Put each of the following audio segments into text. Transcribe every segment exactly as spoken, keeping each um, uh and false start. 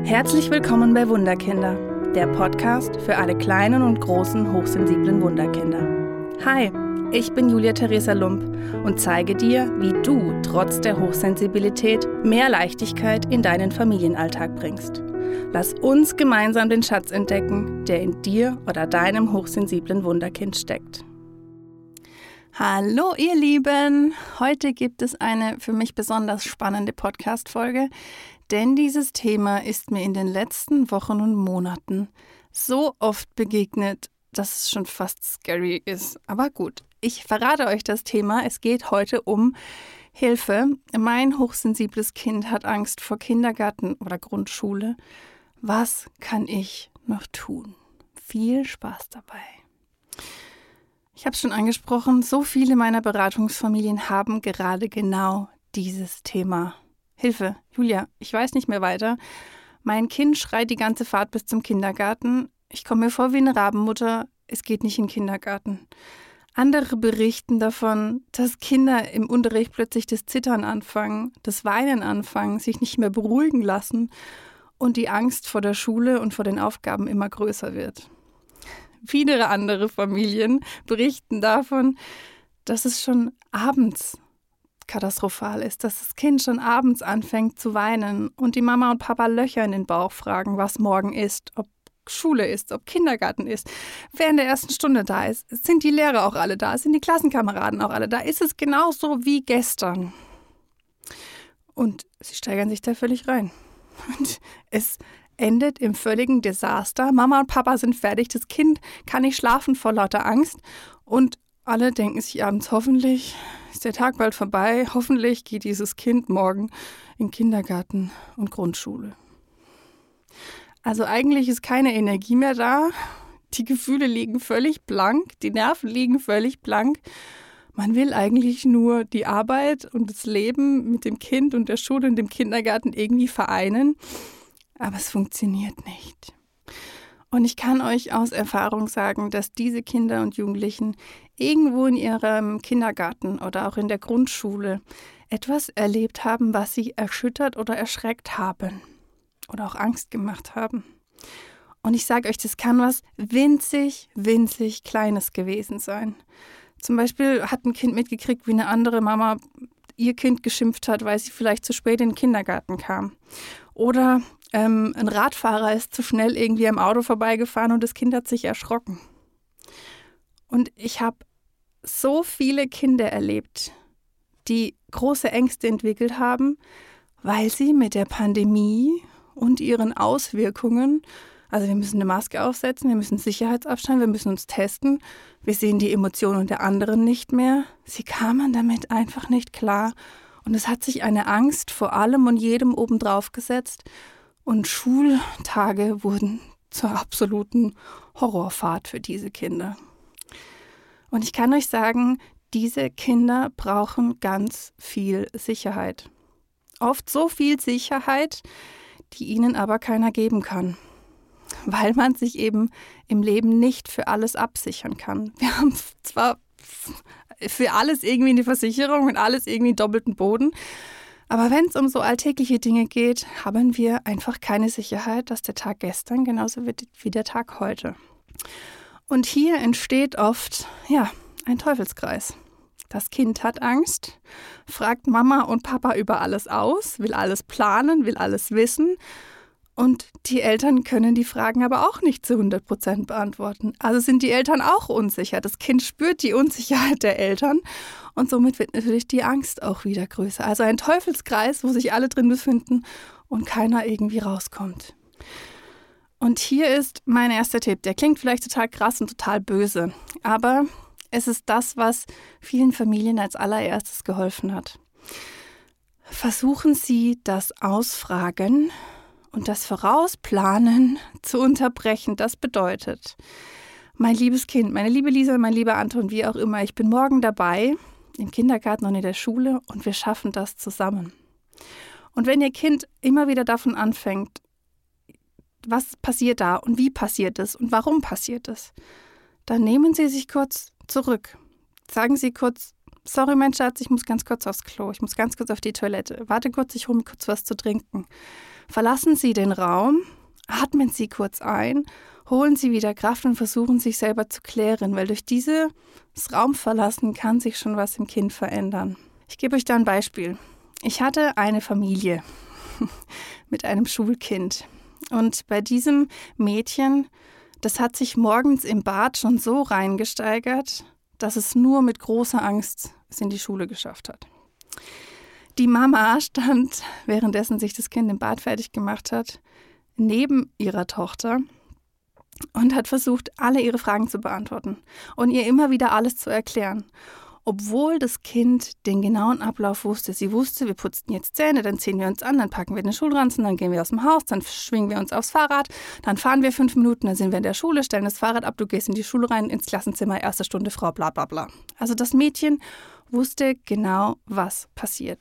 Herzlich willkommen bei Wunderkinder, der Podcast für alle kleinen und großen hochsensiblen Wunderkinder. Hi, ich bin Julia Theresa Lump und zeige dir, wie du trotz der Hochsensibilität mehr Leichtigkeit in deinen Familienalltag bringst. Lass uns gemeinsam den Schatz entdecken, der in dir oder deinem hochsensiblen Wunderkind steckt. Hallo ihr Lieben, heute gibt es eine für mich besonders spannende Podcast-Folge, denn dieses Thema ist mir in den letzten Wochen und Monaten so oft begegnet, dass es schon fast scary ist. Aber gut, ich verrate euch das Thema. Es geht heute um Hilfe. Mein hochsensibles Kind hat Angst vor Kindergarten oder Grundschule. Was kann ich noch tun? Viel Spaß dabei. Ich habe es schon angesprochen, so viele meiner Beratungsfamilien haben gerade genau dieses Thema. Hilfe, Julia, ich weiß nicht mehr weiter. Mein Kind schreit die ganze Fahrt bis zum Kindergarten. Ich komme mir vor wie eine Rabenmutter. Es geht nicht in den Kindergarten. Andere berichten davon, dass Kinder im Unterricht plötzlich das Zittern anfangen, das Weinen anfangen, sich nicht mehr beruhigen lassen und die Angst vor der Schule und vor den Aufgaben immer größer wird. Viele andere Familien berichten davon, dass es schon abends katastrophal ist, dass das Kind schon abends anfängt zu weinen und die Mama und Papa Löcher in den Bauch fragen, was morgen ist, ob Schule ist, ob Kindergarten ist, wer in der ersten Stunde da ist. Sind die Lehrer auch alle da? Sind die Klassenkameraden auch alle da? Ist es genauso wie gestern? Und sie steigern sich da völlig rein. Und es endet im völligen Desaster. Mama und Papa sind fertig, das Kind kann nicht schlafen vor lauter Angst und alle denken sich abends, hoffentlich ist der Tag bald vorbei, hoffentlich geht dieses Kind morgen in Kindergarten und Grundschule. Also eigentlich ist keine Energie mehr da, die Gefühle liegen völlig blank, die Nerven liegen völlig blank. Man will eigentlich nur die Arbeit und das Leben mit dem Kind und der Schule und dem Kindergarten irgendwie vereinen, aber es funktioniert nicht. Und ich kann euch aus Erfahrung sagen, dass diese Kinder und Jugendlichen irgendwo in ihrem Kindergarten oder auch in der Grundschule etwas erlebt haben, was sie erschüttert oder erschreckt haben oder auch Angst gemacht haben. Und ich sage euch, das kann was winzig, winzig Kleines gewesen sein. Zum Beispiel hat ein Kind mitgekriegt, wie eine andere Mama ihr Kind geschimpft hat, weil sie vielleicht zu spät in den Kindergarten kam. Oder ähm, ein Radfahrer ist zu schnell irgendwie am Auto vorbeigefahren und das Kind hat sich erschrocken. Und ich habe so viele Kinder erlebt, die große Ängste entwickelt haben, weil sie mit der Pandemie und ihren Auswirkungen, also wir müssen eine Maske aufsetzen, wir müssen Sicherheitsabstand, wir müssen uns testen, wir sehen die Emotionen der anderen nicht mehr. Sie kamen damit einfach nicht klar und es hat sich eine Angst vor allem und jedem obendrauf gesetzt und Schultage wurden zur absoluten Horrorfahrt für diese Kinder. Und ich kann euch sagen, diese Kinder brauchen ganz viel Sicherheit. Oft so viel Sicherheit, die ihnen aber keiner geben kann. Weil man sich eben im Leben nicht für alles absichern kann. Wir haben zwar für alles irgendwie eine Versicherung und alles irgendwie einen doppelten Boden, aber wenn es um so alltägliche Dinge geht, haben wir einfach keine Sicherheit, dass der Tag gestern genauso wird wie der Tag heute. Und hier entsteht oft, ja, ein Teufelskreis. Das Kind hat Angst, fragt Mama und Papa über alles aus, will alles planen, will alles wissen. Und die Eltern können die Fragen aber auch nicht zu hundert Prozent beantworten. Also sind die Eltern auch unsicher. Das Kind spürt die Unsicherheit der Eltern und somit wird natürlich die Angst auch wieder größer. Also ein Teufelskreis, wo sich alle drin befinden und keiner irgendwie rauskommt. Und hier ist mein erster Tipp. Der klingt vielleicht total krass und total böse, aber es ist das, was vielen Familien als allererstes geholfen hat. Versuchen Sie das Ausfragen und das Vorausplanen zu unterbrechen. Das bedeutet, mein liebes Kind, meine liebe Lisa, mein lieber Anton, wie auch immer, ich bin morgen dabei im Kindergarten und in der Schule und wir schaffen das zusammen. Und wenn Ihr Kind immer wieder davon anfängt, was passiert da und wie passiert es und warum passiert es, dann nehmen Sie sich kurz zurück. Sagen Sie kurz, sorry mein Schatz, ich muss ganz kurz aufs Klo, ich muss ganz kurz auf die Toilette. Warte kurz, ich hole mir kurz was zu trinken. Verlassen Sie den Raum, atmen Sie kurz ein, holen Sie wieder Kraft und versuchen, sich selber zu klären, weil durch dieses Raumverlassen kann sich schon was im Kind verändern. Ich gebe euch da ein Beispiel. Ich hatte eine Familie mit einem Schulkind und bei diesem Mädchen, das hat sich morgens im Bad schon so reingesteigert, dass es nur mit großer Angst es in die Schule geschafft hat. Die Mama stand, währenddessen sich das Kind im Bad fertig gemacht hat, neben ihrer Tochter und hat versucht, alle ihre Fragen zu beantworten und ihr immer wieder alles zu erklären. Obwohl das Kind den genauen Ablauf wusste. Sie wusste, wir putzen jetzt Zähne, dann ziehen wir uns an, dann packen wir den Schulranzen, dann gehen wir aus dem Haus, dann schwingen wir uns aufs Fahrrad, dann fahren wir fünf Minuten, dann sind wir in der Schule, stellen das Fahrrad ab, du gehst in die Schule rein, ins Klassenzimmer, erste Stunde, Frau, bla bla bla. Also das Mädchen wusste genau, was passiert.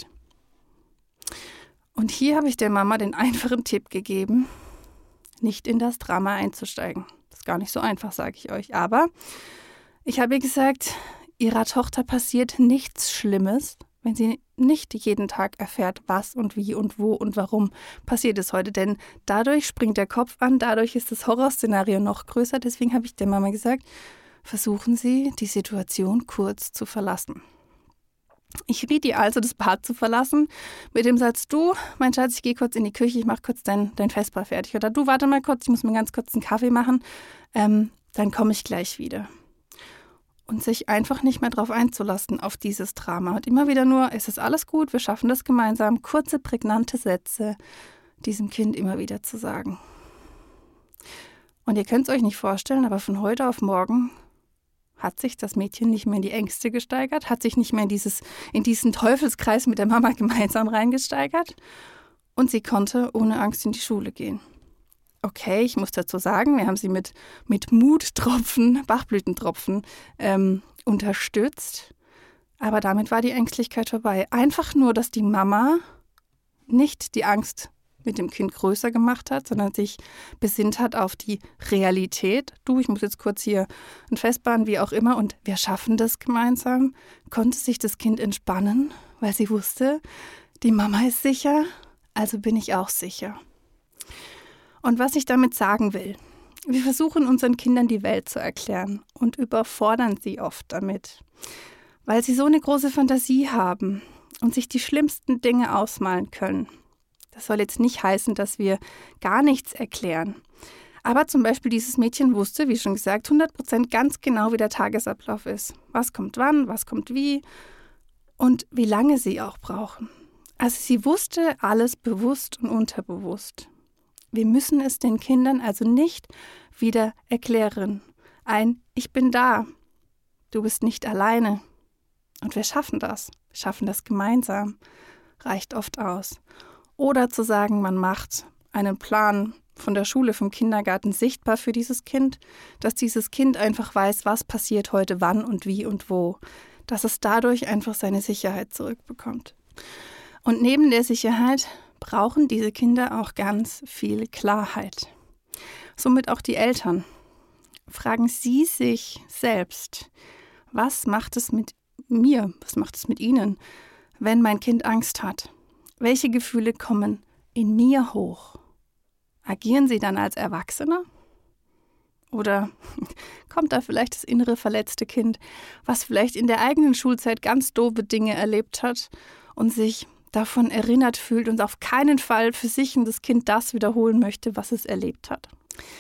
Und hier habe ich der Mama den einfachen Tipp gegeben, nicht in das Drama einzusteigen. Das ist gar nicht so einfach, sage ich euch. Aber ich habe ihr gesagt, ihrer Tochter passiert nichts Schlimmes, wenn sie nicht jeden Tag erfährt, was und wie und wo und warum passiert es heute. Denn dadurch springt der Kopf an, dadurch ist das Horrorszenario noch größer. Deswegen habe ich der Mama gesagt, versuchen Sie, die Situation kurz zu verlassen. Ich riet ihr also, das Bad zu verlassen, mit dem Satz, du, mein Schatz, ich gehe kurz in die Küche, ich mache kurz dein, dein Vesper fertig. Oder du, warte mal kurz, ich muss mir ganz kurz einen Kaffee machen, ähm, dann komme ich gleich wieder. Und sich einfach nicht mehr darauf einzulassen, auf dieses Drama. Und immer wieder nur, es ist alles gut, wir schaffen das gemeinsam, kurze, prägnante Sätze diesem Kind immer wieder zu sagen. Und ihr könnt es euch nicht vorstellen, aber von heute auf morgen hat sich das Mädchen nicht mehr in die Ängste gesteigert, hat sich nicht mehr in, dieses, in diesen Teufelskreis mit der Mama gemeinsam reingesteigert und sie konnte ohne Angst in die Schule gehen. Okay, ich muss dazu sagen, wir haben sie mit, mit Muttropfen, Bachblütentropfen ähm, unterstützt, aber damit war die Ängstlichkeit vorbei. Einfach nur, dass die Mama nicht die Angst mit dem Kind größer gemacht hat, sondern sich besinnt hat auf die Realität. Du, ich muss jetzt kurz hier ein Festbahn, wie auch immer, und wir schaffen das gemeinsam. Konnte sich das Kind entspannen, weil sie wusste, die Mama ist sicher, also bin ich auch sicher. Und was ich damit sagen will, wir versuchen unseren Kindern die Welt zu erklären und überfordern sie oft damit, weil sie so eine große Fantasie haben und sich die schlimmsten Dinge ausmalen können. Das soll jetzt nicht heißen, dass wir gar nichts erklären. Aber zum Beispiel dieses Mädchen wusste, wie schon gesagt, hundert Prozent ganz genau, wie der Tagesablauf ist. Was kommt wann, was kommt wie und wie lange sie auch brauchen. Also sie wusste alles bewusst und unterbewusst. Wir müssen es den Kindern also nicht wieder erklären. Ein Ich bin da, du bist nicht alleine. Und wir schaffen das. Wir schaffen das gemeinsam. Reicht oft aus. Oder zu sagen, man macht einen Plan von der Schule, vom Kindergarten sichtbar für dieses Kind, dass dieses Kind einfach weiß, was passiert heute, wann und wie und wo. Dass es dadurch einfach seine Sicherheit zurückbekommt. Und neben der Sicherheit brauchen diese Kinder auch ganz viel Klarheit. Somit auch die Eltern. Fragen Sie sich selbst, was macht es mit mir, was macht es mit Ihnen, wenn mein Kind Angst hat? Welche Gefühle kommen in mir hoch? Agieren Sie dann als Erwachsener? Oder kommt da vielleicht das innere verletzte Kind, was vielleicht in der eigenen Schulzeit ganz doofe Dinge erlebt hat und sich davon erinnert fühlt und auf keinen Fall für sich und das Kind das wiederholen möchte, was es erlebt hat?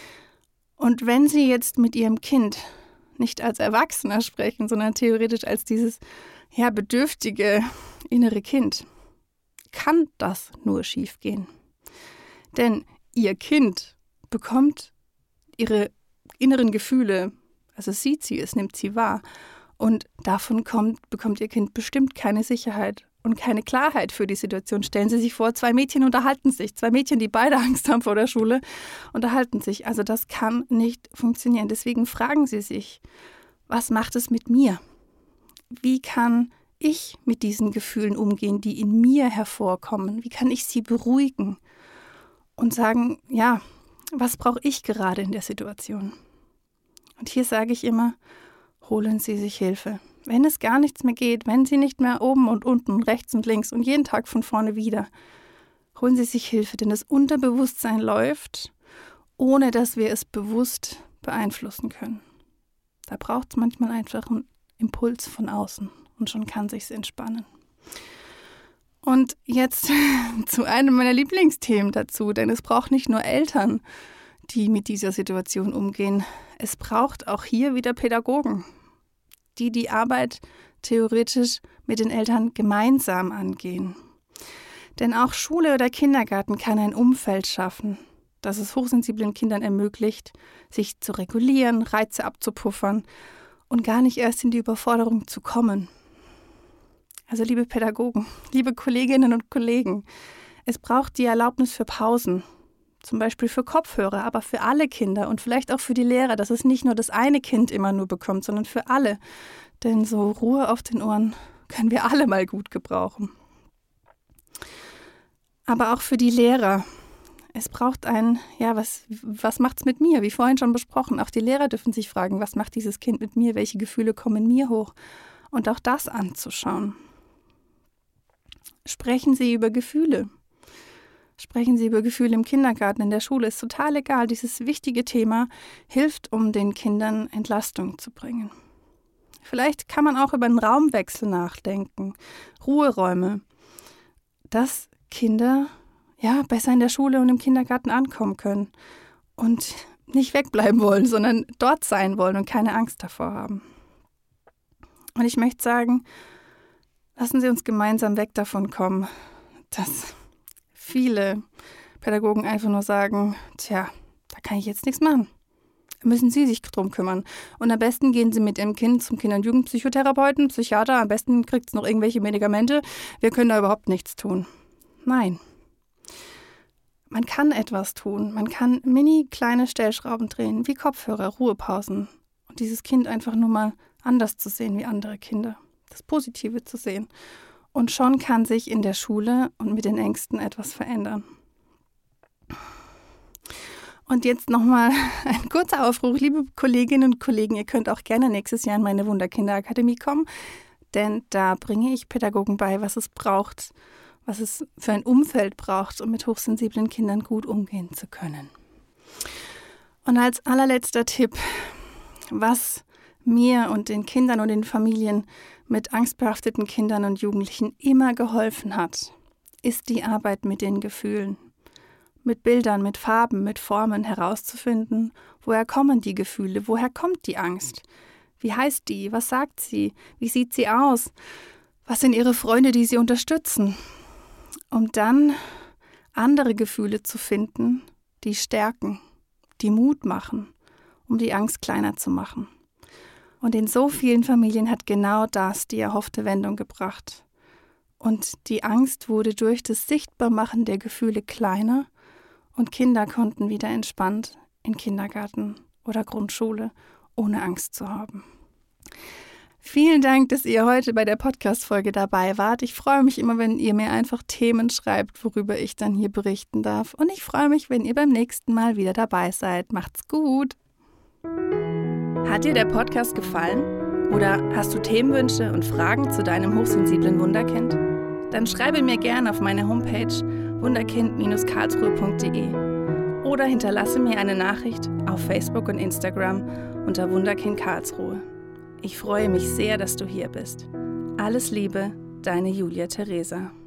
Und wenn Sie jetzt mit Ihrem Kind nicht als Erwachsener sprechen, sondern theoretisch als dieses ja, bedürftige innere Kind, kann das nur schiefgehen. Denn Ihr Kind bekommt Ihre inneren Gefühle, also sieht sie, es nimmt sie wahr. Und davon kommt, bekommt Ihr Kind bestimmt keine Sicherheit und keine Klarheit für die Situation. Stellen Sie sich vor, zwei Mädchen unterhalten sich. Zwei Mädchen, die beide Angst haben vor der Schule, unterhalten sich. Also das kann nicht funktionieren. Deswegen fragen Sie sich, was macht es mit mir? Wie kann ich mit diesen Gefühlen umgehen, die in mir hervorkommen? Wie kann ich sie beruhigen und sagen, ja, was brauche ich gerade in der Situation? Und hier sage ich immer, holen Sie sich Hilfe. Wenn es gar nichts mehr geht, wenn Sie nicht mehr oben und unten, rechts und links und jeden Tag von vorne wieder, Holen Sie sich Hilfe, denn das Unterbewusstsein läuft, ohne dass wir es bewusst beeinflussen können. Da braucht es manchmal einfach einen Impuls von außen und schon kann sich's entspannen. Und jetzt zu einem meiner Lieblingsthemen dazu, denn es braucht nicht nur Eltern, die mit dieser Situation umgehen. Es braucht auch hier wieder Pädagogen, die die Arbeit theoretisch mit den Eltern gemeinsam angehen. Denn auch Schule oder Kindergarten kann ein Umfeld schaffen, das es hochsensiblen Kindern ermöglicht, sich zu regulieren, Reize abzupuffern und gar nicht erst in die Überforderung zu kommen. Also liebe Pädagogen, liebe Kolleginnen und Kollegen, es braucht die Erlaubnis für Pausen, zum Beispiel für Kopfhörer, aber für alle Kinder und vielleicht auch für die Lehrer, dass es nicht nur das eine Kind immer nur bekommt, sondern für alle. Denn so Ruhe auf den Ohren können wir alle mal gut gebrauchen. Aber auch für die Lehrer. Es braucht ein, ja, was, was macht's mit mir? Wie vorhin schon besprochen, auch die Lehrer dürfen sich fragen, was macht dieses Kind mit mir? Welche Gefühle kommen mir hoch? Und auch das anzuschauen. Sprechen Sie über Gefühle. Sprechen Sie über Gefühle im Kindergarten, in der Schule. Ist total egal. Dieses wichtige Thema hilft, um den Kindern Entlastung zu bringen. Vielleicht kann man auch über einen Raumwechsel nachdenken. Ruheräume. Dass Kinder ja besser in der Schule und im Kindergarten ankommen können. Und nicht wegbleiben wollen, sondern dort sein wollen und keine Angst davor haben. Und ich möchte sagen, lassen Sie uns gemeinsam weg davon kommen, dass viele Pädagogen einfach nur sagen, tja, da kann ich jetzt nichts machen. Da müssen Sie sich drum kümmern. Und am besten gehen Sie mit Ihrem Kind zum Kinder- und Jugendpsychotherapeuten, Psychiater, am besten kriegt es noch irgendwelche Medikamente. Wir können da überhaupt nichts tun. Nein. Man kann etwas tun. Man kann mini kleine Stellschrauben drehen, wie Kopfhörer, Ruhepausen. Und dieses Kind einfach nur mal anders zu sehen wie andere Kinder. Das Positive zu sehen. Und schon kann sich in der Schule und mit den Ängsten etwas verändern. Und jetzt nochmal ein kurzer Aufruf, liebe Kolleginnen und Kollegen, ihr könnt auch gerne nächstes Jahr in meine Wunderkinderakademie kommen, denn da bringe ich Pädagogen bei, was es braucht, was es für ein Umfeld braucht, um mit hochsensiblen Kindern gut umgehen zu können. Und als allerletzter Tipp, was mir und den Kindern und den Familien mit angstbehafteten Kindern und Jugendlichen immer geholfen hat, ist die Arbeit mit den Gefühlen. Mit Bildern, mit Farben, mit Formen herauszufinden, woher kommen die Gefühle, woher kommt die Angst? Wie heißt die? Was sagt sie? Wie sieht sie aus? Was sind ihre Freunde, die sie unterstützen? Um dann andere Gefühle zu finden, die stärken, die Mut machen, um die Angst kleiner zu machen. Und in so vielen Familien hat genau das die erhoffte Wendung gebracht. Und die Angst wurde durch das Sichtbarmachen der Gefühle kleiner und Kinder konnten wieder entspannt in Kindergarten oder Grundschule ohne Angst zu haben. Vielen Dank, dass ihr heute bei der Podcast-Folge dabei wart. Ich freue mich immer, wenn ihr mir einfach Themen schreibt, worüber ich dann hier berichten darf. Und ich freue mich, wenn ihr beim nächsten Mal wieder dabei seid. Macht's gut! Hat dir der Podcast gefallen? Oder hast du Themenwünsche und Fragen zu deinem hochsensiblen Wunderkind? Dann schreibe mir gerne auf meine Homepage wunderkind Bindestrich karlsruhe punkt de oder hinterlasse mir eine Nachricht auf Facebook und Instagram unter Wunderkind Karlsruhe. Ich freue mich sehr, dass du hier bist. Alles Liebe, deine Julia Theresa.